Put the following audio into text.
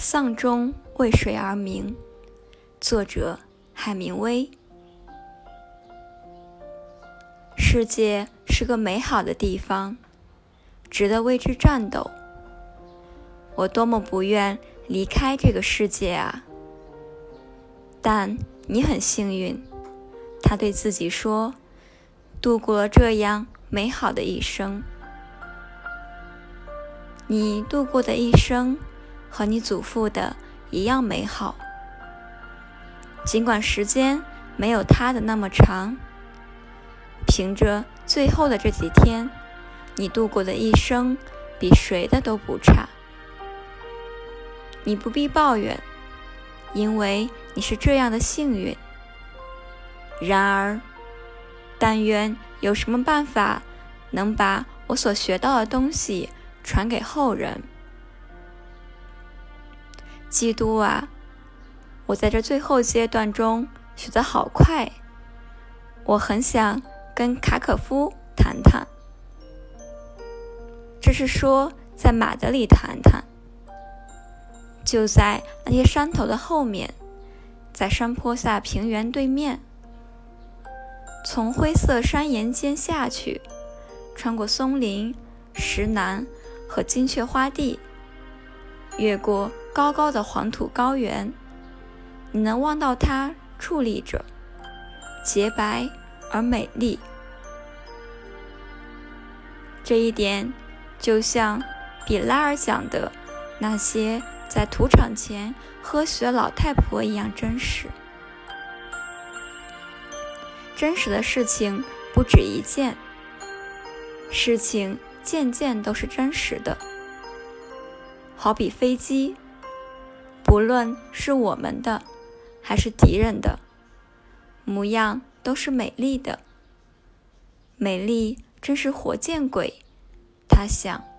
丧钟为谁而鸣？作者海明威。世界是个美好的地方，值得为之战斗。我多么不愿离开这个世界啊！但你很幸运，他对自己说，度过了这样美好的一生。你度过的一生和你祖父的一样美好，尽管时间没有他的那么长，凭着最后的这几天，你度过的一生比谁的都不差。你不必抱怨，因为你是这样的幸运。然而，但愿有什么办法能把我所学到的东西传给后人。基督啊，我在这最后阶段中学得好快，我很想跟卡可夫谈谈。这是说在马德里谈谈，就在那些山头的后面，在山坡下平原对面，从灰色山岩间下去，穿过松林、石楠和金雀花地，越过高高的黄土高原，你能望到它矗立着，洁白而美丽。这一点就像比拉尔讲的那些在土场前喝血的老太婆一样真实。真实的事情不止一件，事情件件都是真实的。好比飞机，不论是我们的还是敌人的，模样都是美丽的。美丽真是活见鬼，他想。